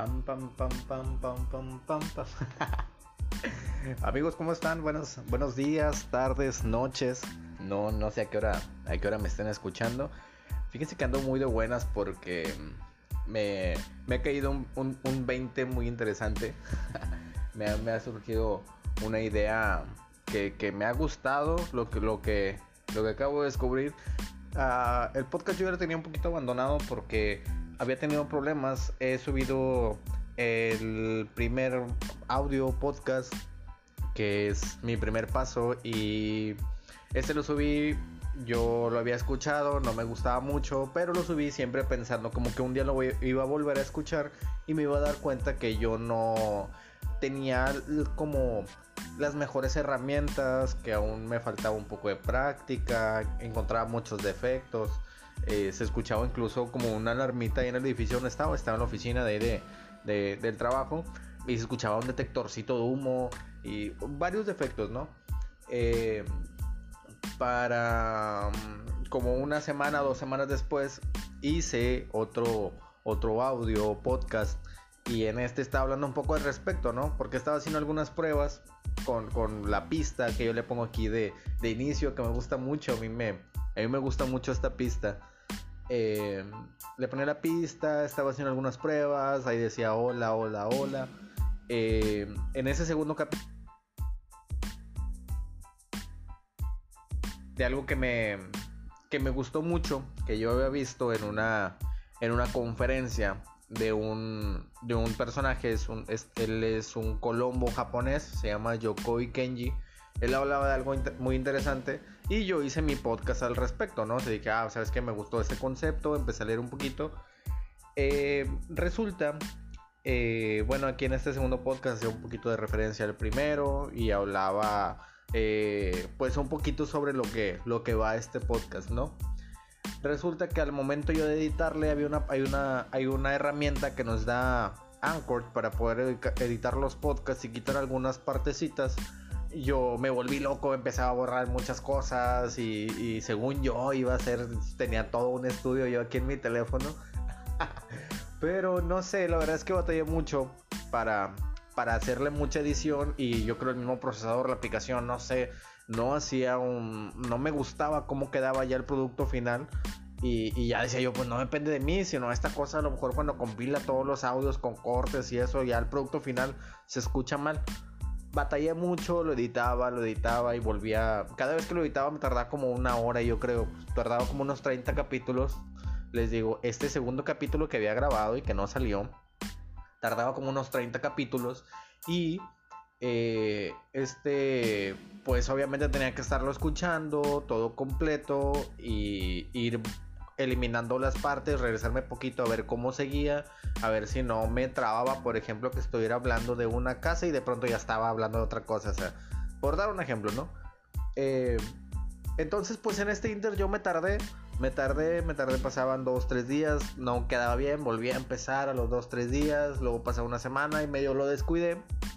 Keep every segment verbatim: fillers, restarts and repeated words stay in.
Pam, pam, pam, pam, pam, pam, pam, pam. Amigos, ¿cómo están? Buenos, buenos días, tardes, noches. No, no sé a qué hora, a qué hora me estén escuchando. Fíjense que ando muy de buenas porque me, me ha caído un, un, un veinte muy interesante. me, ha, me ha surgido una idea que, que me ha gustado, lo que, lo que, lo que acabo de descubrir. Uh, el podcast yo ya lo tenía un poquito abandonado porque había tenido problemas. He subido el primer audio podcast, que es mi primer paso, y este lo subí, yo lo había escuchado, no me gustaba mucho, pero lo subí siempre pensando como que un día lo voy, iba a volver a escuchar y me iba a dar cuenta que yo no tenía como las mejores herramientas, que aún me faltaba un poco de práctica, encontraba muchos defectos. Eh, se escuchaba incluso como una alarmita ahí en el edificio donde estaba, estaba en la oficina de, de, de, del trabajo, y se escuchaba un detectorcito de humo y varios defectos, ¿no? Eh, para como una semana, dos semanas después, hice otro, otro audio podcast, y en este estaba hablando un poco al respecto, ¿no? Porque estaba haciendo algunas pruebas con, con la pista que yo le pongo aquí de, de inicio, que me gusta mucho. A mí me, a mí me gusta mucho esta pista. Eh, le ponía la pista, estaba haciendo algunas pruebas, ahí decía hola, hola, hola. Eh, en ese segundo capítulo, de algo que me, que me gustó mucho, que yo había visto en una, en una conferencia de un, de un personaje, es un, es, él es un colombo japonés, se llama Yokoi Kenji. Él hablaba de algo inter- muy interesante, y yo hice mi podcast al respecto, ¿no? Se dije, ah, ¿sabes qué? Me gustó este concepto, empecé a leer un poquito. Eh, resulta, eh, bueno, aquí en este segundo podcast hacía un poquito de referencia al primero y hablaba, eh, pues un poquito sobre lo que, lo que va este podcast, ¿no? Resulta que al momento yo de editarle había una, hay, una, hay una herramienta que nos da Anchor para poder editar los podcasts y quitar algunas partecitas. Yo me volví loco, empezaba a borrar muchas cosas y, y según yo iba a ser, tenía todo un estudio yo aquí en mi teléfono. Pero no sé, la verdad es que batallé mucho para, para hacerle mucha edición, y yo creo el mismo procesador, la aplicación, no sé, no hacía un, no me gustaba cómo quedaba ya el producto final. Y, y ya decía yo, pues no depende de mí, sino esta cosa a lo mejor cuando compila todos los audios con cortes y eso, ya el producto final se escucha mal. Batallé mucho, lo editaba, lo editaba y volvía. Cada vez que lo editaba me tardaba como una hora, yo creo. Tardaba como unos treinta capítulos. Les digo, este segundo capítulo que había grabado y que no salió, tardaba como unos treinta capítulos. Y eh, este, pues obviamente tenía que estarlo escuchando todo completo y ir eliminando las partes, regresarme poquito a ver cómo seguía, a ver si no me trababa, por ejemplo, que estuviera hablando de una casa y de pronto ya estaba hablando de otra cosa, o sea, por dar un ejemplo, ¿no? Eh, entonces, pues en este inter yo me tardé, me tardé, me tardé, pasaban dos, tres días, no quedaba bien, volví a empezar a los dos, tres días, luego pasaba una semana y medio lo descuidé,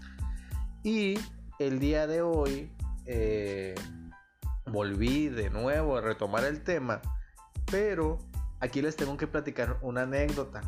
y el día de hoy eh, volví de nuevo a retomar el tema. Pero aquí les tengo que platicar una anécdota.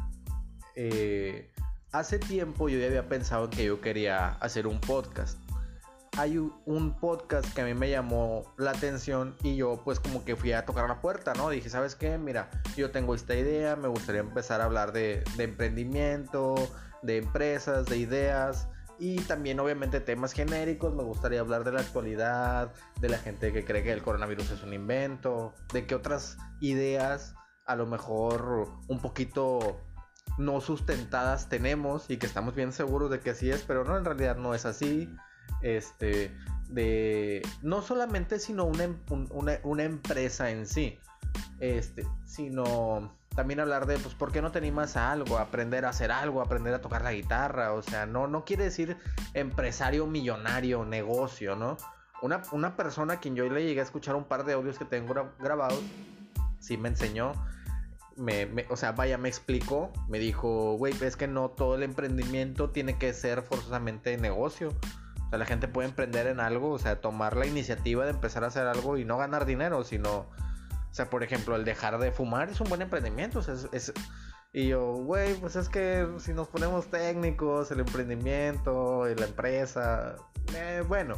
Eh, hace tiempo yo ya había pensado en que yo quería hacer un podcast. Hay un podcast que a mí me llamó la atención y yo pues como que fui a tocar la puerta, ¿no? Dije, ¿sabes qué? Mira, yo tengo esta idea, me gustaría empezar a hablar de, de emprendimiento, de empresas, de ideas. Y también obviamente temas genéricos, me gustaría hablar de la actualidad, de la gente que cree que el coronavirus es un invento, de qué otras ideas a lo mejor un poquito no sustentadas tenemos y que estamos bien seguros de que así es, pero no, en realidad no es así. Este, de no solamente sino una, una, una empresa en sí, este, sino también hablar de, pues, ¿por qué no te animas a algo? A aprender a hacer algo, a aprender a tocar la guitarra. O sea, no, no quiere decir empresario, millonario, negocio, ¿no? Una, una persona a quien yo le llegué a escuchar un par de audios que tengo gra- grabados, sí me enseñó, me, me, o sea, vaya, me explicó, me dijo, güey, es que no todo el emprendimiento tiene que ser forzosamente negocio. O sea, la gente puede emprender en algo, o sea, tomar la iniciativa de empezar a hacer algo y no ganar dinero, sino... O sea, por ejemplo, el dejar de fumar es un buen emprendimiento. O sea, es, es, Y yo, güey, pues es que si nos ponemos técnicos, el emprendimiento, la empresa, eh, bueno,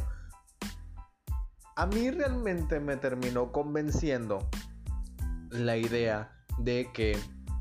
a mí realmente me terminó convenciendo la idea de que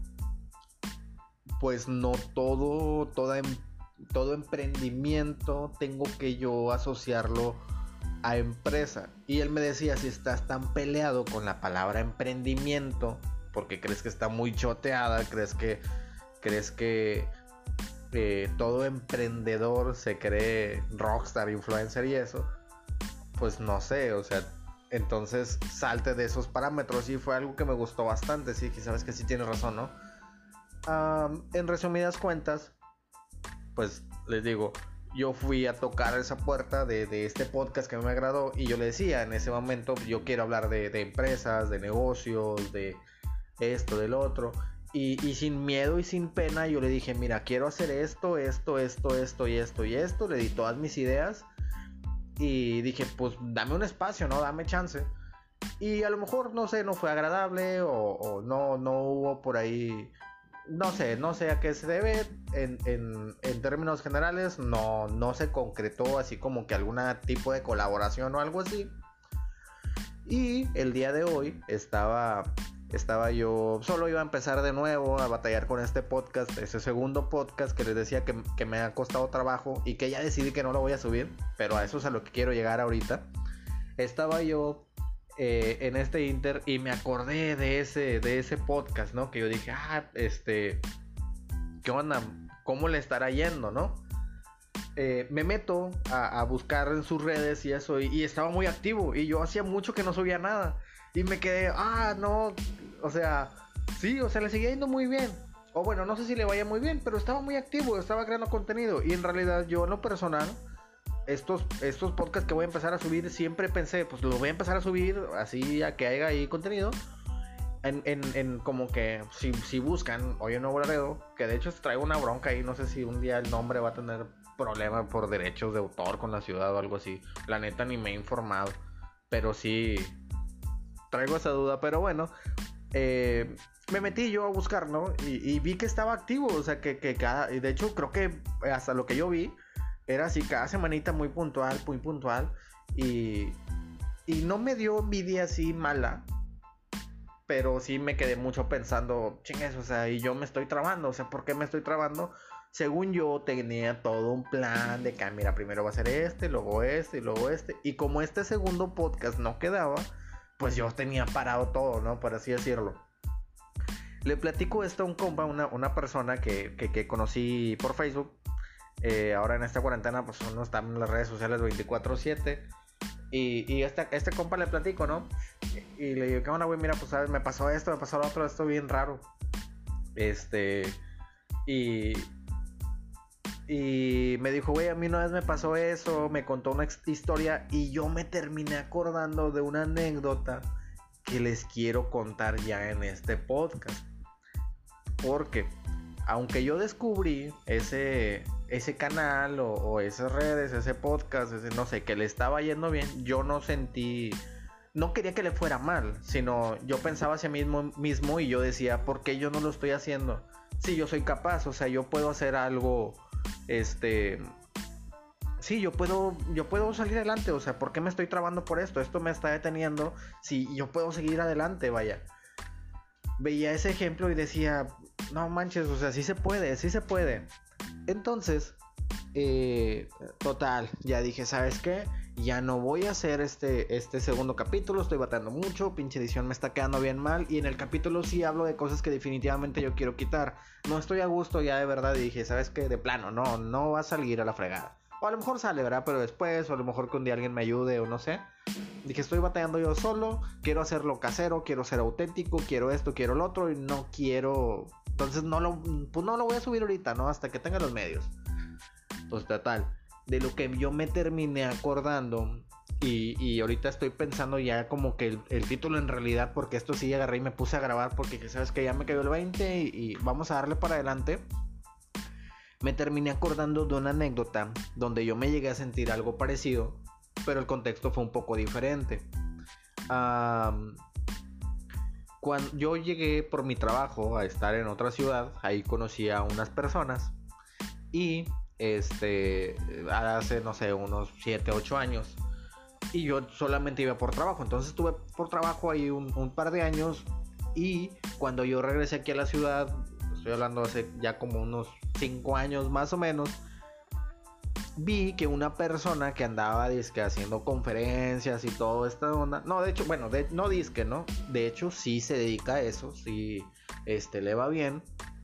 pues no todo, toda, em, todo emprendimiento tengo que yo asociarlo a empresa. Y él me decía, si estás tan peleado con la palabra emprendimiento, porque crees que está muy choteada, crees que crees que eh, todo emprendedor se cree rockstar, influencer y eso, pues no sé, o sea, entonces salte de esos parámetros. Y fue algo que me gustó bastante. Sí, que sabes que sí tienes razón, ¿no? Um, en resumidas cuentas, pues les digo, yo fui a tocar esa puerta de, de este podcast que me agradó, y yo le decía en ese momento, yo quiero hablar de, de empresas, de negocios, de esto, del otro, y, y sin miedo y sin pena yo le dije, mira, quiero hacer esto, esto, esto, esto y esto y esto. Le di todas mis ideas y dije, pues dame un espacio, ¿no? Dame chance. Y a lo mejor, no sé, no fue agradable, o, o no, no hubo por ahí, no sé, no sé a qué se debe. En, en, en términos generales, no, no se concretó así como que algún tipo de colaboración o algo así. Y el día de hoy estaba, estaba yo, solo iba a empezar de nuevo a batallar con este podcast, ese segundo podcast que les decía que, que me ha costado trabajo y que ya decidí que no lo voy a subir, pero a eso es a lo que quiero llegar ahorita. Estaba yo eh, en este inter y me acordé de ese, de ese podcast, ¿no? Que yo dije, ah, este, ¿qué onda? ¿Cómo le estará yendo, no? Eh, me meto a, a buscar en sus redes y eso, y, y estaba muy activo, y yo hacía mucho que no subía nada, y me quedé, ah, no, o sea, sí, o sea, le seguía yendo muy bien, o bueno, no sé si le vaya muy bien, pero estaba muy activo, estaba creando contenido. Y en realidad yo en lo personal, estos, estos podcasts que voy a empezar a subir, siempre pensé, pues los voy a empezar a subir así a que haya ahí contenido. En, en, en como que si, si buscan Hoy en Nuevo Laredo, que de hecho traigo una bronca ahí, no sé si un día el nombre va a tener problema por derechos de autor con la ciudad o algo así. La neta ni me he informado, pero sí traigo esa duda. Pero bueno, eh, me metí yo a buscar, ¿no? Y, y vi que estaba activo, o sea, que, que cada... Y de hecho creo que hasta lo que yo vi era así, cada semanita muy puntual, muy puntual. Y, y no me dio envidia así mala, pero sí me quedé mucho pensando, chingues, o sea, y yo me estoy trabando, o sea, ¿por qué me estoy trabando? Según yo tenía todo un plan de que, mira, primero va a ser este, luego este y luego este. Y como este segundo podcast no quedaba, pues yo tenía parado todo, ¿no? Por así decirlo. Le platico esto a un compa, una, una persona que, que, que conocí por Facebook. Eh, ahora en esta cuarentena, pues uno está en las redes sociales veinticuatro siete. Y, y este, este compa le platico, ¿no? Y, y le digo, ¿qué onda, güey? Mira, pues, ¿sabes? Me pasó esto, me pasó lo otro, esto bien raro. Este... Y... Y me dijo, güey, a mí una vez me pasó eso, me contó una historia y yo me terminé acordando de una anécdota que les quiero contar ya en este podcast. Porque aunque yo descubrí ese, ese canal o, o esas redes, ese podcast, ese, no sé, que le estaba yendo bien, yo no sentí, no quería que le fuera mal, sino yo pensaba hacia mí mismo, mismo y yo decía, ¿por qué yo no lo estoy haciendo? Si yo soy capaz, o sea, yo puedo hacer algo... Este, sí, yo puedo, yo puedo salir adelante, o sea, ¿por qué me estoy trabando por esto? Esto me está deteniendo, si sí, yo puedo seguir adelante, vaya. Veía ese ejemplo y decía, no manches, o sea, sí se puede, sí se puede. Entonces, eh, total, ya dije, ¿sabes qué? Ya no voy a hacer este, este segundo capítulo, estoy batallando mucho, pinche edición me está quedando bien mal. Y en el capítulo sí hablo de cosas que definitivamente yo quiero quitar. No estoy a gusto ya de verdad, y dije, ¿sabes qué? De plano, no, no va a salir a la fregada. O a lo mejor sale, ¿verdad? Pero después, o a lo mejor que un día alguien me ayude, o no sé. Dije, estoy batallando yo solo, quiero hacerlo casero, quiero ser auténtico, quiero esto, quiero lo otro, y no quiero... Entonces no lo, pues no lo voy a subir ahorita, ¿no? Hasta que tenga los medios. Pues total, de lo que yo me terminé acordando, y, y ahorita estoy pensando ya como que el, el título en realidad, porque esto sí agarré y me puse a grabar porque sabes que ya me cayó el veinte y, y vamos a darle para adelante. Me terminé acordando de una anécdota donde yo me llegué a sentir algo parecido, pero el contexto fue un poco diferente. Um, Cuando yo llegué por mi trabajo a estar en otra ciudad, ahí conocí a unas personas y este, hace no sé, unos siete, ocho años, y yo solamente iba por trabajo, entonces estuve por trabajo ahí un, un par de años, y cuando yo regresé aquí a la ciudad, estoy hablando hace ya como unos cinco años más o menos, vi que una persona que andaba disque haciendo conferencias y todo esta onda, no, de hecho, bueno, de, no disque, ¿no? De hecho sí se dedica a eso, sí, este, le va bien.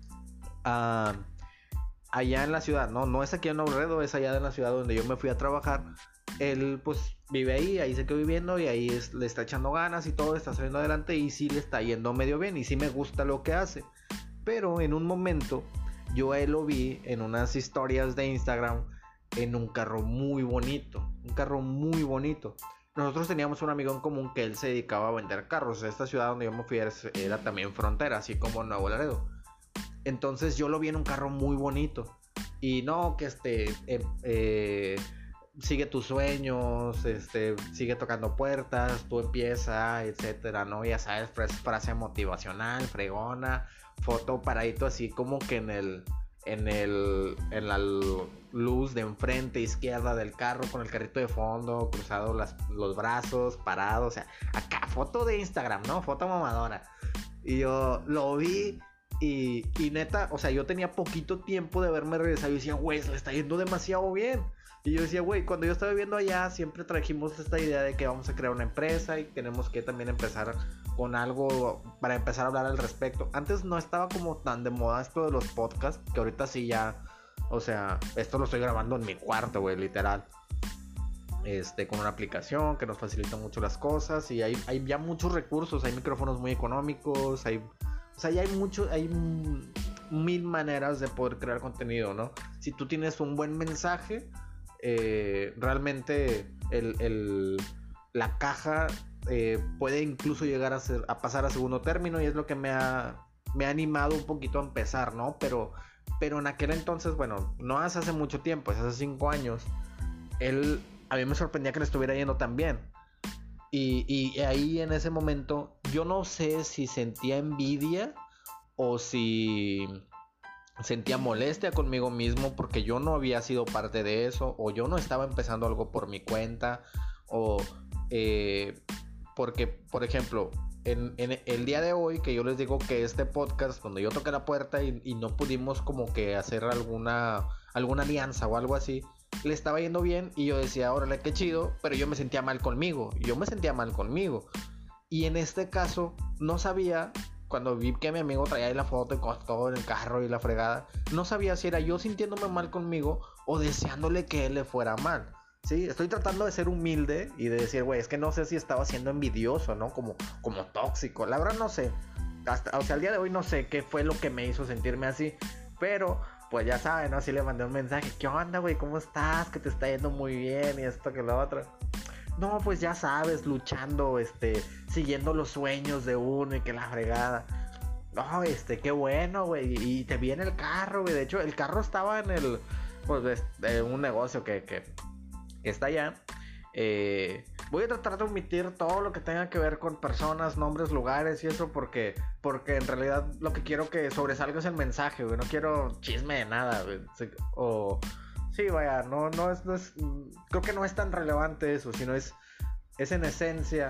Uh, allá en la ciudad, no, no es aquí en Obredo, es allá en la ciudad donde yo me fui a trabajar. Él pues vive ahí, ahí se quedó viviendo y ahí es, le está echando ganas y todo, está saliendo adelante y sí le está yendo medio bien y sí me gusta lo que hace. Pero en un momento yo a él lo vi en unas historias de Instagram en un carro muy bonito, un carro muy bonito. Nosotros teníamos un amigo en común que él se dedicaba a vender carros. Esta ciudad donde yo me fui era, era también frontera, así como Nuevo Laredo. Entonces yo lo vi en un carro muy bonito. Y no, que este... Eh, eh, sigue tus sueños, este, sigue tocando puertas, tú empieza, etcétera, ¿no? Ya sabes, frase motivacional, fregona, foto paradito así como que en el... En, el, en la luz de enfrente izquierda del carro, con el carrito de fondo, cruzado las, los brazos, parado, o sea, acá, foto de Instagram, ¿no? Foto mamadora. Y yo lo vi y, y neta, o sea, yo tenía poquito tiempo de haberme regresado y decía, güey, se le está yendo demasiado bien. Y yo decía, güey, cuando yo estaba viviendo allá, siempre trajimos esta idea de que vamos a crear una empresa y tenemos que también empezar con algo para empezar a hablar al respecto. Antes no estaba como tan de moda esto de los podcasts, que ahorita sí ya, o sea, esto lo estoy grabando en mi cuarto, güey, literal. Este, con una aplicación que nos facilita mucho las cosas y hay, hay ya muchos recursos, hay micrófonos muy económicos, hay, o sea, ya hay mucho, hay mil maneras de poder crear contenido, ¿no? Si tú tienes un buen mensaje, eh, realmente el, el, la caja eh, puede incluso llegar a, ser, a pasar a segundo término y es lo que me ha, me ha animado un poquito a empezar, ¿no? Pero, pero en aquel entonces, bueno, no hace, hace mucho tiempo, es hace cinco años, él, a mí me sorprendía que le estuviera yendo tan bien. Y, y ahí en ese momento yo no sé si sentía envidia o si sentía molestia conmigo mismo porque yo no había sido parte de eso, o yo no estaba empezando algo por mi cuenta, o eh, porque, por ejemplo, en, en el día de hoy que yo les digo que este podcast, cuando yo toqué la puerta y, y no pudimos como que hacer alguna, alguna alianza o algo así, le estaba yendo bien y yo decía, órale, qué chido, pero yo me sentía mal conmigo, yo me sentía mal conmigo. Y en este caso no sabía, cuando vi que mi amigo traía ahí la foto y todo en el carro y la fregada, no sabía si era yo sintiéndome mal conmigo o deseándole que él le fuera mal. Sí, estoy tratando de ser humilde y de decir, güey, es que no sé si estaba siendo envidioso, ¿no? Como, como tóxico, la verdad no sé. Hasta, o sea, al día de hoy no sé qué fue lo que me hizo sentirme así, pero pues ya saben, ¿no? Así le mandé un mensaje, ¿qué onda, güey? ¿Cómo estás? Que te está yendo muy bien y esto que lo otro. No, pues ya sabes, luchando, este, siguiendo los sueños de uno y que la fregada. No, este, qué bueno, güey. Y te vi en el carro, güey. De hecho, el carro estaba en el, pues, de un negocio que, que, que está allá. Eh, voy a tratar de omitir todo lo que tenga que ver con personas, nombres, lugares y eso porque, porque en realidad lo que quiero que sobresalga es el mensaje, güey. No quiero chisme de nada, güey. O... Sí, vaya, no, no es, no es, creo que no es tan relevante eso, sino es, es en esencia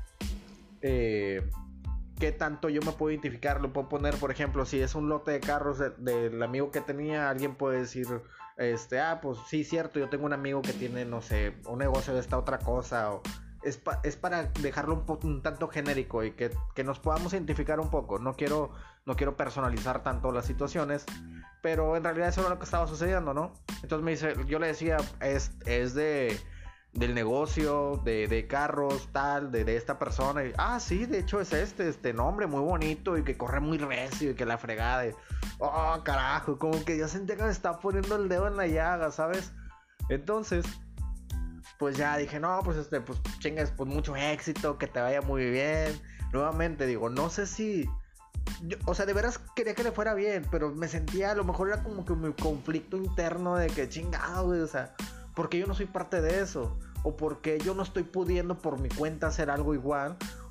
eh, qué tanto yo me puedo identificar. Lo puedo poner, por ejemplo, si es un lote de carros de, del amigo que tenía, alguien puede decir, este, ah, pues sí, cierto, yo tengo un amigo que tiene, no sé, un negocio de esta otra cosa, o es, pa, es para dejarlo un, po, un tanto genérico y que, que nos podamos identificar un poco. No quiero, no quiero personalizar tanto las situaciones, pero en realidad eso era lo que estaba sucediendo, ¿no? Entonces me dice, yo le decía, es, es de del negocio, de, de carros, tal, de, de esta persona. Y, ah, sí, de hecho es este, este nombre muy bonito y que corre muy recio y que la fregada. Y, oh, carajo, como que yo sentía que me estaba poniendo el dedo en la llaga, ¿sabes? Entonces, pues ya dije, no, pues este, pues chingas, pues mucho éxito, que te vaya muy bien. Nuevamente digo, no sé si... Yo, o sea, de veras quería que le fuera bien, pero me sentía, a lo mejor era como que mi conflicto interno de que chingado, güey, o sea, porque yo no soy parte de eso, o porque yo no estoy pudiendo por mi cuenta hacer algo igual,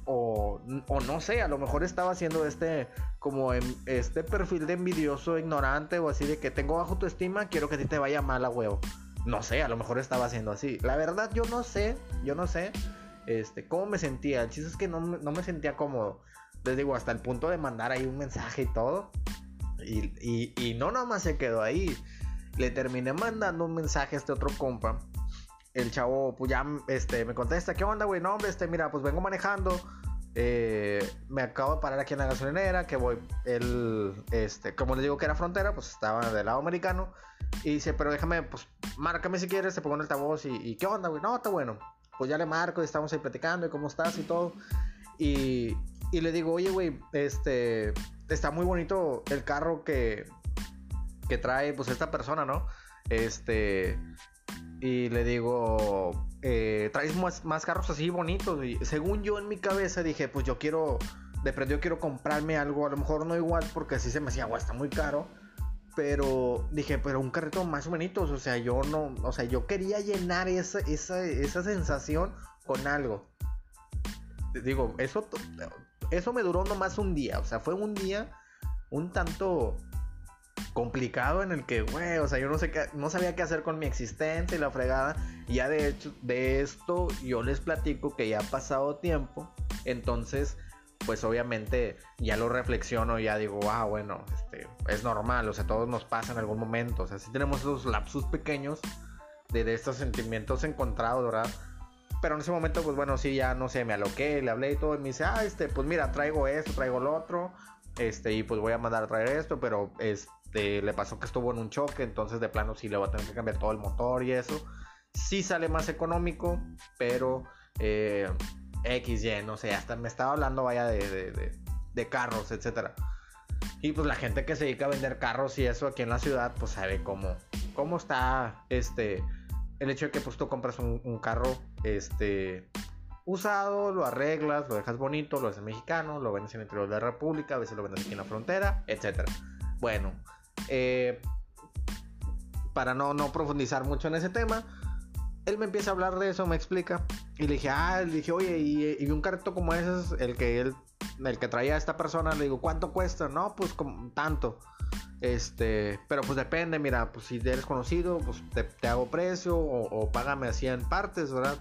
O, o no sé, a lo mejor estaba haciendo este como en, este perfil de envidioso, ignorante o así de que tengo bajo tu estima, quiero que a ti te vaya mal a huevo. No sé, a lo mejor estaba haciendo así. La verdad yo no sé, yo no sé este, cómo me sentía. El chiste es que no, no me sentía cómodo. Les digo, hasta el punto de mandar ahí un mensaje y todo. Y, y, y no nada más se quedó ahí. Le terminé mandando un mensaje a este otro compa. El chavo, pues ya este, me contesta, ¿qué onda, güey? No, hombre, este, mira, pues vengo manejando. Eh, me acabo de parar aquí en la gasolinera. Que voy, él, este, como les digo que era frontera, pues estaba del lado americano. Y dice, pero déjame, pues, márcame si quieres. Te pongo en el altavoz. Y, y ¿qué onda, güey? No, está bueno. Pues ya le marco y estamos ahí platicando. Y cómo estás y todo. Y, y le digo, oye, güey, este, está muy bonito el carro que, que trae, pues, esta persona, ¿no? Este. Y le digo, eh, traes más, más carros así bonitos. Y según yo en mi cabeza dije, pues yo quiero, de pronto yo quiero comprarme algo, a lo mejor no igual, porque así se me hacía, güey, está muy caro. Pero dije, pero un carrito más bonitos, o sea, yo no, o sea, yo quería llenar esa, esa, esa sensación con algo. Digo, eso, eso me duró nomás un día, o sea, fue un día un tanto complicado en el que, güey, o sea, yo no sé qué, no sabía qué hacer con mi existencia y la fregada. Y ya de hecho, de esto yo les platico que ya ha pasado tiempo. Entonces, pues obviamente ya lo reflexiono y ya digo, ah, bueno, este, es normal, o sea, todos nos pasa en algún momento. O sea, sí tenemos esos lapsus pequeños de, de estos sentimientos encontrados, ¿verdad? Pero en ese momento, pues bueno, sí, ya no sé, me aloqué, le hablé y todo. Y me dice, ah, este, pues mira, traigo esto, traigo lo otro. Este, y pues voy a mandar a traer esto, pero este, le pasó que estuvo en un choque, entonces de plano sí le voy a tener que cambiar todo el motor y eso. Sí sale más económico, pero eh, equis ye, no sé, hasta me estaba hablando, vaya, de, de, de, de carros, etcétera. Y pues la gente que se dedica a vender carros y eso aquí en la ciudad, pues sabe cómo, cómo está este, el hecho de que pues tú compras un, un carro, este... usado, lo arreglas, lo dejas bonito, lo haces mexicano, lo vendes en el interior de la república, a veces lo vendes aquí en la frontera, etcétera. Bueno, eh, para no, no profundizar mucho en ese tema, él me empieza a hablar de eso, me explica, y le dije, ah, le dije, oye, y, y un carrito como ese es el que él, el que traía a esta persona, le digo, ¿cuánto cuesta? No, pues como tanto. Este, pero pues depende, mira, pues si eres conocido, pues te, te hago precio o, o págame así en partes, ¿verdad?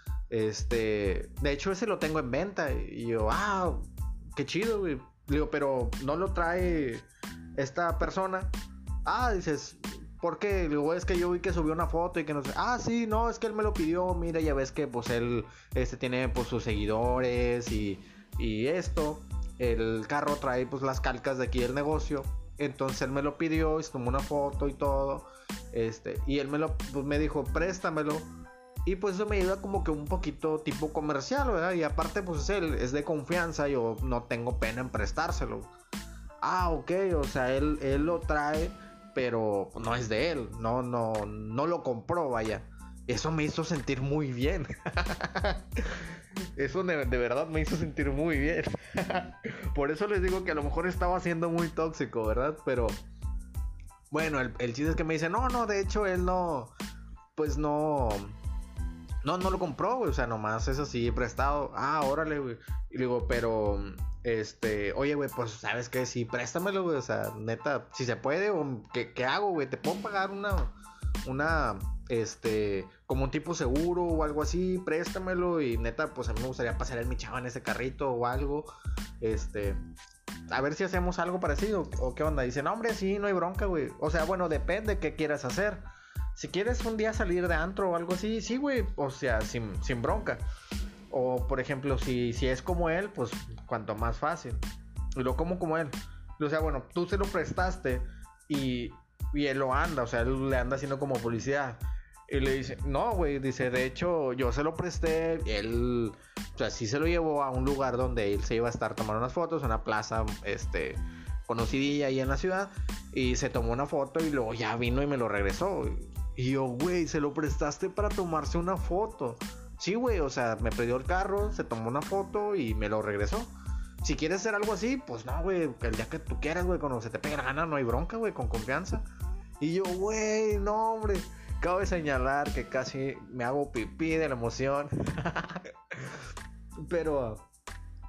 Este, de hecho ese lo tengo en venta. Y yo, ah, qué chido, güey. Le digo, pero no lo trae esta persona. Ah, dices, ¿por qué? Le digo, es que yo vi que subió una foto y que no sé. Ah, sí, no, es que él me lo pidió. Mira, ya ves que pues él este tiene pues sus seguidores y, y esto. El carro trae pues las calcas de aquí del negocio. Entonces él me lo pidió y se tomó una foto y todo. Este, y él me lo pues, me dijo, préstamelo. Y pues eso me ayuda como que un poquito tipo comercial, ¿verdad? Y aparte pues él es de confianza, yo no tengo pena en prestárselo. Ah, ok, o sea, él, él lo trae, pero no es de él, no, no, no lo compró, vaya. Eso me hizo sentir muy bien. Eso de, de verdad me hizo sentir muy bien. Por eso les digo que a lo mejor estaba siendo muy tóxico, ¿verdad? Pero bueno, el, el chiste es que me dice, no, no, de hecho él no, pues no... No, no lo compró, güey, o sea, nomás es así, prestado. Ah, órale, güey. Y le digo, pero, este, oye, güey, pues, ¿sabes qué? Sí, préstamelo, güey, o sea, neta, si se puede, o ¿qué, qué hago, güey? ¿Te puedo pagar una, una, este, como un tipo seguro o algo así? Préstamelo y neta, pues, a mí me gustaría pasar en mi chava en ese carrito o algo, este... A ver si hacemos algo parecido, o qué onda. Dice, no, hombre, sí, no hay bronca, güey. O sea, bueno, depende qué quieras hacer. Si quieres un día salir de antro o algo así, sí, güey, o sea, sin, sin bronca. O, por ejemplo, si, si es como él, pues, cuanto más fácil. Y lo como como él. O sea, bueno, tú se lo prestaste y, y él lo anda, o sea, él le anda haciendo como publicidad. Y le dice, no, güey, dice, de hecho, yo se lo presté, él, o sea, sí se lo llevó a un lugar donde él se iba a estar tomando unas fotos, una plaza, este... conocidilla ahí en la ciudad. Y se tomó una foto y luego ya vino y me lo regresó. Y yo, güey, se lo prestaste para tomarse una foto. Sí, güey, o sea, me pidió el carro, se tomó una foto y me lo regresó. Si quieres hacer algo así, pues no, güey, el día que tú quieras, güey, cuando se te pegue la gana, no hay bronca, güey, con confianza. Y yo, güey, no, hombre, acabo de señalar que casi me hago pipí de la emoción. Pero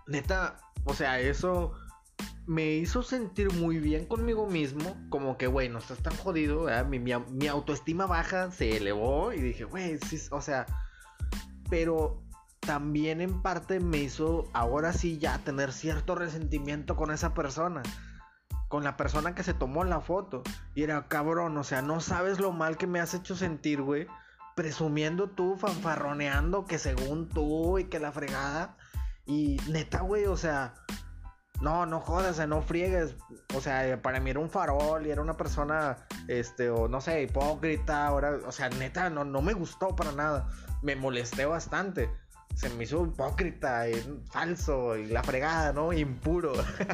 neta, o sea, eso me hizo sentir muy bien conmigo mismo. Como que, güey, no estás tan jodido, ¿verdad? Mi, mi, mi autoestima baja se elevó y dije, güey, sí, o sea, pero también en parte me hizo ahora sí ya tener cierto resentimiento con esa persona, con la persona que se tomó la foto. Y era, cabrón, o sea, no sabes lo mal que me has hecho sentir, güey, presumiendo tú, fanfarroneando que según tú y que la fregada. Y neta, güey, o sea, no, no jodas, o sea, no friegues. O sea, para mí era un farol y era una persona, este, o no sé, hipócrita. Ahora, o sea, neta, no, no me gustó para nada. Me molesté bastante. Se me hizo hipócrita y falso y la fregada, ¿no? Impuro.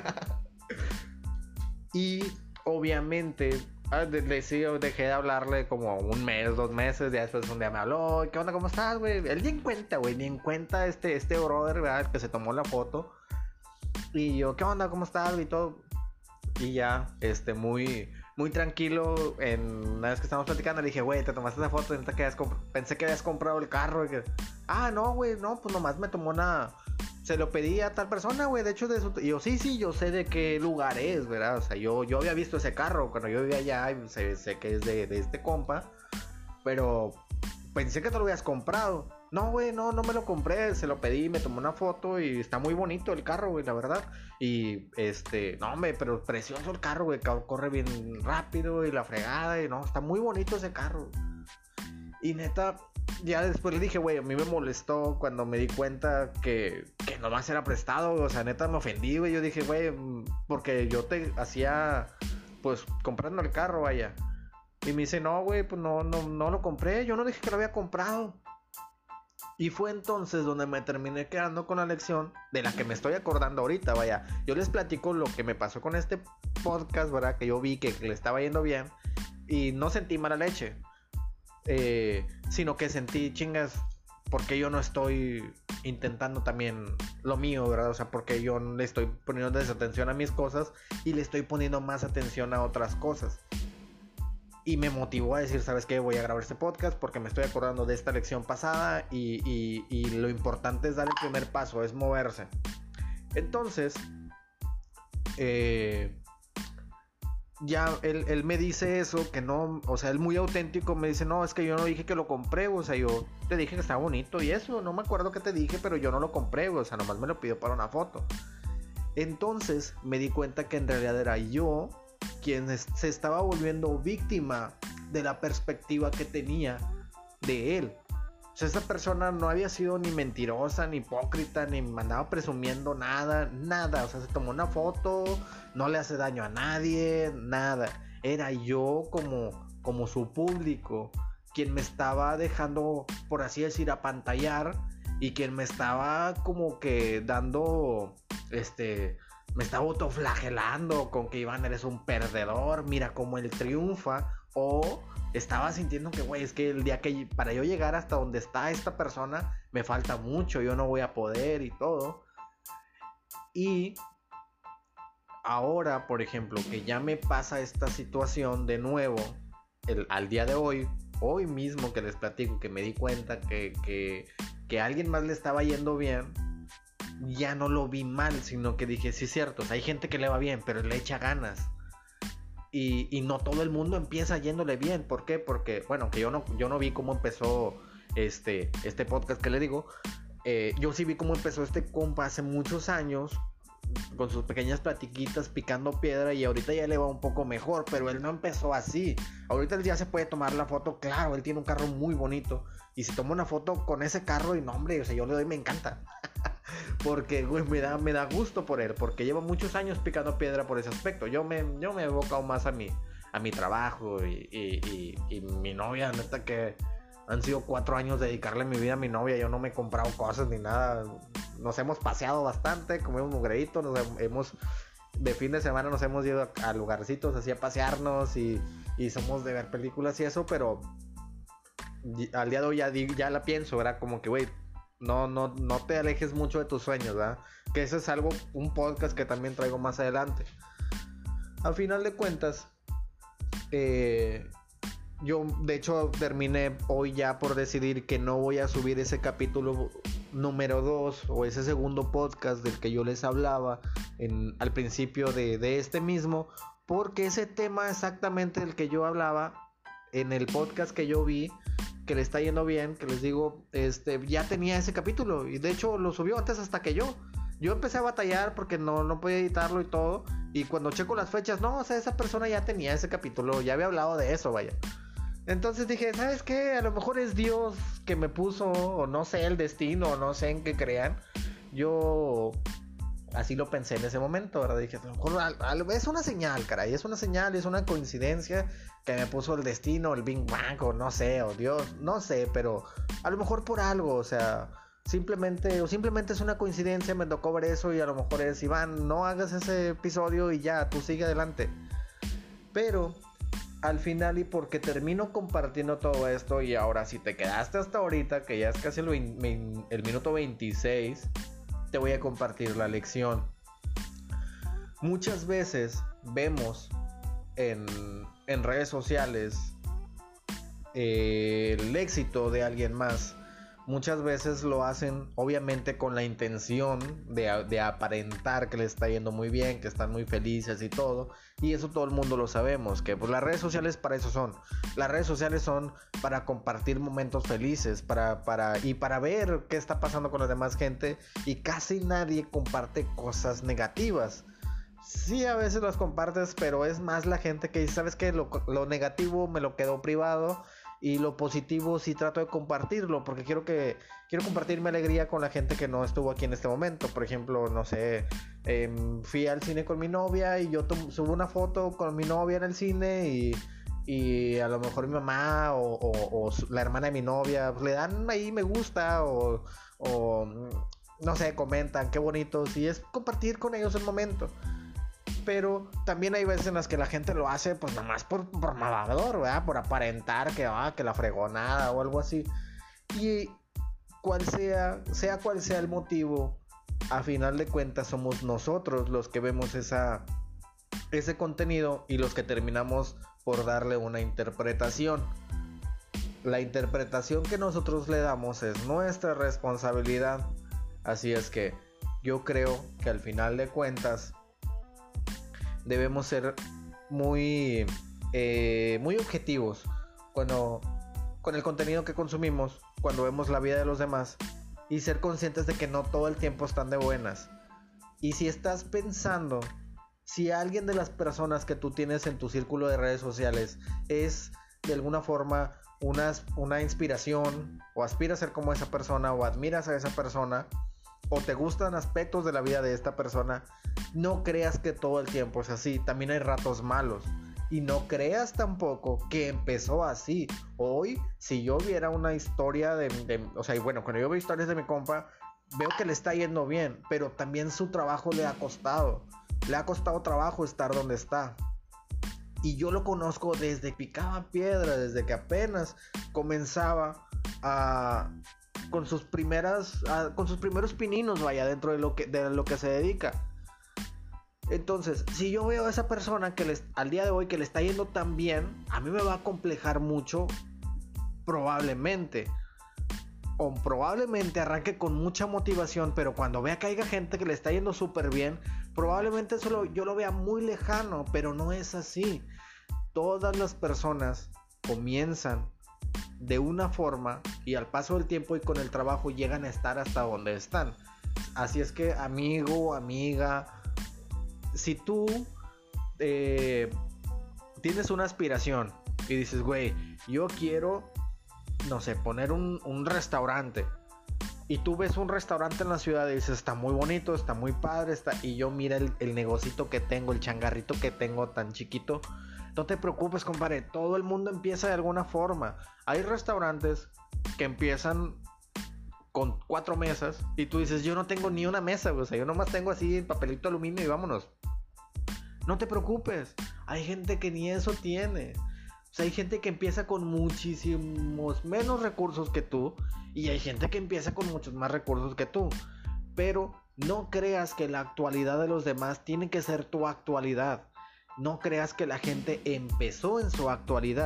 Y obviamente, le sigo, dejé de hablarle como un mes, dos meses. Ya después un día me habló, ¿qué onda? ¿Cómo estás, güey? Él ni en cuenta, güey, ni en cuenta este, este brother, ¿verdad? El que se tomó la foto. Y yo, ¿qué onda? ¿Cómo estás? Y todo. Y ya, este, muy, muy tranquilo. En, una vez que estábamos platicando, le dije, güey, te tomaste esa foto. Que habías comp- pensé que habías comprado el carro. Y que, ah, no, güey, no, pues nomás me tomó una. Se lo pedí a tal persona, güey. De hecho, de eso. Y yo, sí, sí, yo sé de qué lugar es, ¿verdad? O sea, yo, yo había visto ese carro cuando yo vivía allá. Y sé, sé que es de, de este compa. Pero pensé que te lo habías comprado. No, güey, no, no me lo compré. Se lo pedí, me tomó una foto y está muy bonito el carro, güey, la verdad. Y este, no, hombre, pero precioso el carro, güey. Corre bien rápido y la fregada. Y no, está muy bonito ese carro. Y neta, ya después le dije, güey, a mí me molestó cuando me di cuenta que, que nomás era prestado. O sea, neta me ofendí, güey. Yo dije, güey, porque yo te hacía, pues, comprando el carro, vaya. Y me dice, no, güey, pues no, no, no lo compré. Yo no dije que lo había comprado. Y fue entonces donde me terminé quedando con la lección de la que me estoy acordando ahorita, vaya. Yo les platico lo que me pasó con este podcast, ¿verdad? Que yo vi que, que le estaba yendo bien. Y no sentí mala leche. Eh, sino que sentí, chingas, porque yo no estoy intentando también lo mío, ¿verdad? O sea, porque yo le estoy poniendo desatención a mis cosas y le estoy poniendo más atención a otras cosas. Y me motivó a decir, ¿sabes qué? Voy a grabar este podcast porque me estoy acordando de esta lección pasada y, y, y lo importante es dar el primer paso, es moverse. Entonces, eh, ya él, él me dice eso, que no, o sea, él muy auténtico me dice, no, es que yo no dije que lo compré, o sea, yo te dije que está bonito y eso, no me acuerdo qué te dije, pero yo no lo compré, o sea, nomás me lo pidió para una foto. Entonces me di cuenta que en realidad era yo quien se estaba volviendo víctima de la perspectiva que tenía de él. O sea, esa persona no había sido ni mentirosa, ni hipócrita, ni me andaba presumiendo nada, nada. O sea, se tomó una foto, no le hace daño a nadie, nada. Era yo como, como su público, quien me estaba dejando, por así decir, apantallar y quien me estaba como que dando, este... me estaba autoflagelando con que Iván eres un perdedor, mira cómo él triunfa. O estaba sintiendo que, güey, es que el día que para yo llegar hasta donde está esta persona me falta mucho, yo no voy a poder y todo. Y ahora, por ejemplo, que ya me pasa esta situación de nuevo, el, al día de hoy, hoy mismo que les platico, que me di cuenta que, que, que a alguien más le estaba yendo bien, ya no lo vi mal, sino que dije, sí es cierto, o sea, hay gente que le va bien, pero le echa ganas. Y, y no todo el mundo empieza yéndole bien. ¿Por qué? Porque, bueno, que yo no, yo no vi cómo empezó este, este podcast que le digo. Eh, yo sí vi cómo empezó este compa hace muchos años, con sus pequeñas platiquitas picando piedra, y ahorita ya le va un poco mejor, pero él no empezó así. Ahorita él ya se puede tomar la foto, claro, él tiene un carro muy bonito, y se toma una foto con ese carro y no, hombre, o sea, yo le doy, me encanta. Porque, güey, me da, me da gusto por él, porque lleva muchos años picando piedra por ese aspecto. Yo me, yo me he evocado más a mi, a mi trabajo y, y, y, y mi novia, neta que han sido cuatro años de dedicarle mi vida a mi novia. Yo no me he comprado cosas ni nada. Nos hemos paseado bastante, comemos mugreíto, nos hemos, de fin de semana nos hemos ido a, a lugarcitos así a pasearnos y, y somos de ver películas y eso, pero al día de hoy ya, ya la pienso, ¿verdad? Como que, güey, No, no, no te alejes mucho de tus sueños, ¿verdad? Que eso es algo, un podcast que también traigo más adelante. Al final de cuentas, eh, yo de hecho terminé hoy ya por decidir que no voy a subir ese capítulo número dos o ese segundo podcast del que yo les hablaba en, al principio de, de este mismo, porque ese tema exactamente del que yo hablaba en el podcast que yo vi, que le está yendo bien, que les digo, este, ya tenía ese capítulo y de hecho lo subió antes hasta que yo. Yo empecé a batallar porque no, no podía editarlo y todo, y cuando checo las fechas, no, o sea, esa persona ya tenía ese capítulo, ya había hablado de eso, vaya. Entonces dije, ¿sabes qué? A lo mejor es Dios que me puso, o no sé, el destino, o no sé en qué crean. Yo así lo pensé en ese momento, ¿verdad? Dije, a lo mejor es una señal, caray, es una señal, es una coincidencia que me puso el destino, el Big Bang, o no sé, o Dios, no sé, pero a lo mejor por algo, o sea, simplemente, o simplemente es una coincidencia, me tocó ver eso y a lo mejor es, Iván, no hagas ese episodio y ya, tú sigue adelante. Pero al final, y porque termino compartiendo todo esto, y ahora si te quedaste hasta ahorita, que ya es casi el, veinte, el minuto veintiséis, te voy a compartir la lección. Muchas veces vemos en, en redes sociales eh, el éxito de alguien más. Muchas veces lo hacen obviamente con la intención de, de aparentar que les está yendo muy bien, que están muy felices y todo. Y eso todo el mundo lo sabemos, que pues las redes sociales para eso son. Las redes sociales son para compartir momentos felices, para, para, y para ver qué está pasando con la demás gente. Y casi nadie comparte cosas negativas. Sí, a veces las compartes, pero es más la gente que dice, ¿sabes qué? Lo, lo negativo me lo quedo privado. Y lo positivo sí trato de compartirlo, porque quiero que quiero compartir mi alegría con la gente que no estuvo aquí en este momento. Por ejemplo, no sé, eh, fui al cine con mi novia y yo tom- subo una foto con mi novia en el cine y, y a lo mejor mi mamá o, o, o la hermana de mi novia pues, le dan ahí me gusta o, o no sé, comentan qué bonitos, y es compartir con ellos el momento. Pero también hay veces en las que la gente lo hace pues nada más por, por mamador, ¿verdad? Por aparentar que, ah, que la fregonada o algo así. Y cual sea, sea cual sea el motivo, a final de cuentas somos nosotros los que vemos esa, ese contenido y los que terminamos por darle una interpretación. La interpretación que nosotros le damos es nuestra responsabilidad. Así es que yo creo que al final de cuentas debemos ser muy, eh, muy objetivos cuando, con el contenido que consumimos, cuando vemos la vida de los demás, y ser conscientes de que no todo el tiempo están de buenas. Y si estás pensando, si alguien de las personas que tú tienes en tu círculo de redes sociales es de alguna forma una, una inspiración, o aspiras a ser como esa persona, o admiras a esa persona, o te gustan aspectos de la vida de esta persona, no creas que todo el tiempo es así. También hay ratos malos. Y no creas tampoco que empezó así. Hoy, si yo viera una historia de, de... O sea, y bueno, cuando yo veo historias de mi compa, veo que le está yendo bien, pero también su trabajo le ha costado. Le ha costado trabajo estar donde está. Y yo lo conozco desde que picaba piedra, desde que apenas comenzaba a... con sus primeras uh, con sus primeros pininos, vaya, dentro de lo que de lo que se dedica. Entonces, si yo veo a esa persona que les, al día de hoy que le está yendo tan bien, a mí me va a complejar mucho, probablemente. O probablemente arranque con mucha motivación, pero cuando vea que haya gente que le está yendo súper bien, probablemente eso lo, yo lo vea muy lejano, pero no es así. Todas las personas comienzan de una forma y al paso del tiempo y con el trabajo llegan a estar hasta donde están. Así es que, amigo, amiga, si tú eh, tienes una aspiración y dices, güey, yo quiero, no sé, poner un, un restaurante, y tú ves un restaurante en la ciudad y dices, está muy bonito, está muy padre, está... y yo mira el, el negocito que tengo, el changarrito que tengo tan chiquito. No te preocupes, compadre, todo el mundo empieza de alguna forma. Hay restaurantes que empiezan con cuatro mesas y tú dices, yo no tengo ni una mesa, o sea, yo nomás tengo así el papelito de aluminio y vámonos. No te preocupes, hay gente que ni eso tiene. O sea, hay gente que empieza con muchísimos menos recursos que tú, y hay gente que empieza con muchos más recursos que tú. Pero no creas que la actualidad de los demás tiene que ser tu actualidad. No creas que la gente empezó en su actualidad.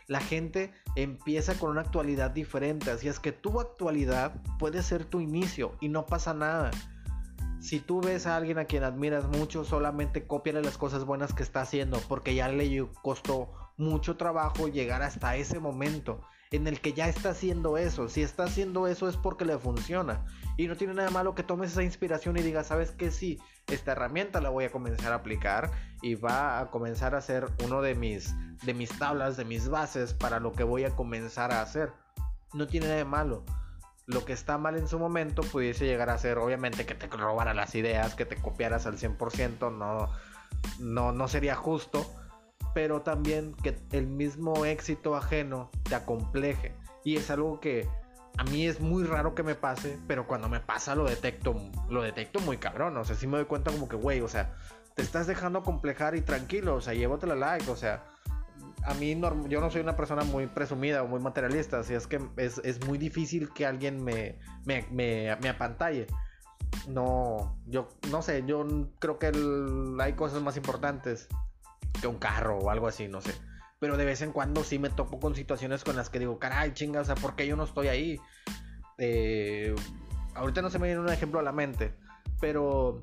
La gente empieza con una actualidad diferente, así es que tu actualidad puede ser tu inicio y no pasa nada. Si tú ves a alguien a quien admiras mucho, solamente cópiale las cosas buenas que está haciendo, porque ya le costó mucho trabajo llegar hasta ese momento en el que ya está haciendo eso. Si está haciendo eso es porque le funciona, y no tiene nada malo que tomes esa inspiración y digas, ¿sabes qué? Sí, esta herramienta la voy a comenzar a aplicar y va a comenzar a ser uno de mis, de mis tablas, de mis bases para lo que voy a comenzar a hacer. No tiene nada de malo. Lo que está mal en su momento pudiese llegar a ser, obviamente, que te robara las ideas, que te copiaras al cien por ciento, no, no, no sería justo, pero también que el mismo éxito ajeno te acompleje, y es algo que a mí es muy raro que me pase, pero cuando me pasa lo detecto, lo detecto muy cabrón. O sea, sí me doy cuenta como que, güey, o sea, te estás dejando acomplejar y tranquilo, o sea, llévatela like, o sea, a mí no, yo no soy una persona muy presumida o muy materialista, así es que es, es muy difícil que alguien me, me, me, me apantalle. No, yo no sé, yo creo que el, hay cosas más importantes que un carro o algo así, no sé. Pero de vez en cuando sí me topo con situaciones con las que digo, caray, chinga, o sea, ¿por qué yo no estoy ahí? Eh, ahorita no se me viene un ejemplo a la mente, pero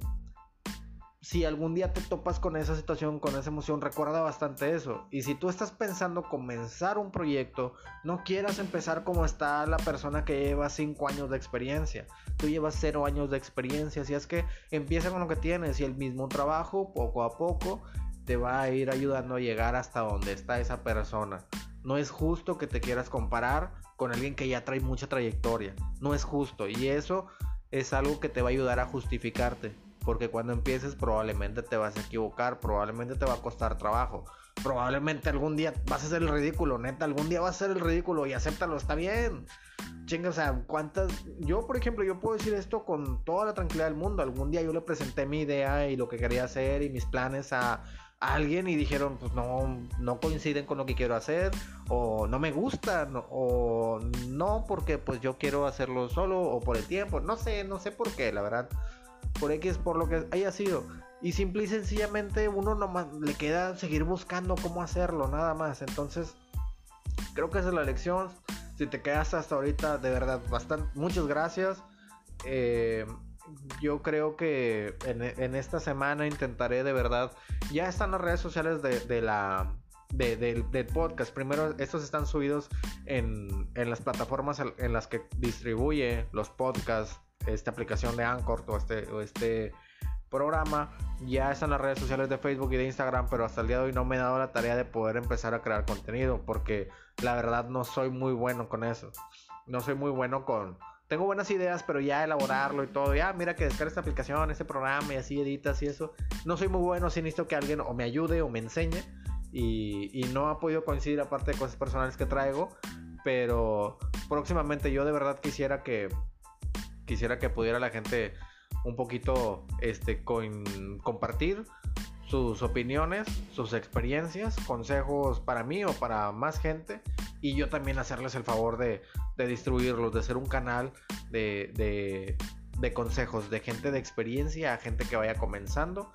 si algún día te topas con esa situación, con esa emoción, recuerda bastante eso. Y si tú estás pensando comenzar un proyecto, no quieras empezar como está la persona que lleva cinco años de experiencia. Tú llevas cero años de experiencia, así es que empieza con lo que tienes, y el mismo trabajo, poco a poco, te va a ir ayudando a llegar hasta donde está esa persona. No es justo que te quieras comparar con alguien que ya trae mucha trayectoria. No es justo, y eso es algo que te va a ayudar a justificarte. Porque cuando empieces probablemente te vas a equivocar, probablemente te va a costar trabajo, probablemente algún día vas a hacer el ridículo, neta, algún día vas a hacer el ridículo, y acéptalo, está bien. Chinga, o sea, cuántas... Yo, por ejemplo, yo puedo decir esto con toda la tranquilidad del mundo. Algún día yo le presenté mi idea y lo que quería hacer y mis planes a, a alguien, y dijeron, pues no, no coinciden con lo que quiero hacer, o no me gustan, o no, porque pues yo quiero hacerlo solo, o por el tiempo, no sé, no sé por qué, la verdad. Por X, por lo que haya sido. Y simple y sencillamente uno nomás le queda seguir buscando cómo hacerlo, nada más. Entonces, creo que esa es la lección. Si te quedas hasta ahorita, de verdad, bastante, muchas gracias. Eh, yo creo que en, en esta semana intentaré de verdad. Ya están las redes sociales de, de la... De, de, del podcast. Primero, estos están subidos en, en las plataformas en las que distribuye los podcasts esta aplicación de Anchor o este, o este programa. Ya están las redes sociales de Facebook y de Instagram, pero hasta el día de hoy no me he dado la tarea de poder empezar a crear contenido, porque la verdad no soy muy bueno con eso. No soy muy bueno con... Tengo buenas ideas, pero ya elaborarlo y todo, ya mira que descarga esta aplicación, este programa, y así editas y eso. No soy muy bueno, sí necesito que alguien o me ayude o me enseñe, y, y no ha podido coincidir, aparte de cosas personales que traigo. Pero próximamente yo de verdad quisiera que quisiera que pudiera la gente un poquito este con, compartir sus opiniones, sus experiencias, consejos para mí o para más gente, y yo también hacerles el favor de, de distribuirlos, de ser un canal de, de, de consejos de gente de experiencia a gente que vaya comenzando.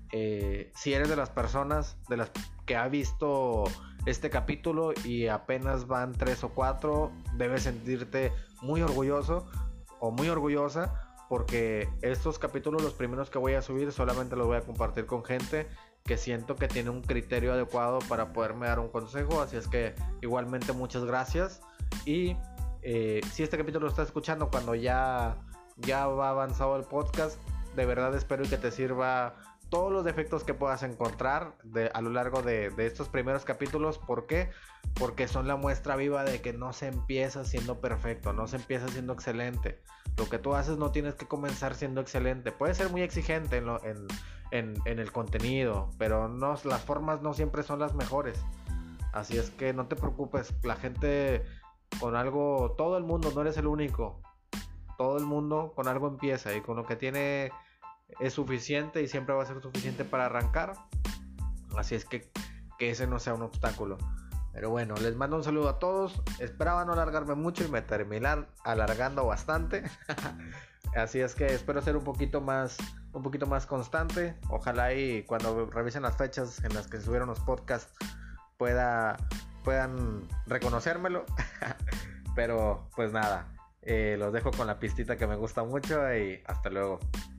Eh, si eres de las personas de las que ha visto este capítulo y apenas van tres o cuatro, debes sentirte muy orgulloso o muy orgullosa, porque estos capítulos, los primeros que voy a subir, solamente los voy a compartir con gente que siento que tiene un criterio adecuado para poderme dar un consejo. Así es que igualmente muchas gracias. Y eh, si este capítulo lo estás escuchando cuando ya, ya va avanzado el podcast, de verdad espero que te sirva todos los defectos que puedas encontrar de, a lo largo de, de estos primeros capítulos. ¿Por qué? Porque son la muestra viva de que no se empieza siendo perfecto, no se empieza siendo excelente. Lo que tú haces no tienes que comenzar siendo excelente. Puedes ser muy exigente en, lo, en, en, en el contenido, pero no, las formas no siempre son las mejores. Así es que no te preocupes, la gente con algo, todo el mundo, no eres el único. Todo el mundo con algo empieza, y con lo que tiene es suficiente y siempre va a ser suficiente para arrancar. Así es que que ese no sea un obstáculo. Pero bueno, les mando un saludo a todos. Esperaba no alargarme mucho y me terminan alargando bastante. Así es que espero ser un poquito más un poquito más constante. Ojalá y cuando revisen las fechas en las que se subieron los podcasts pueda puedan reconocérmelo. Pero pues nada, eh, los dejo con la pistita que me gusta mucho y hasta luego.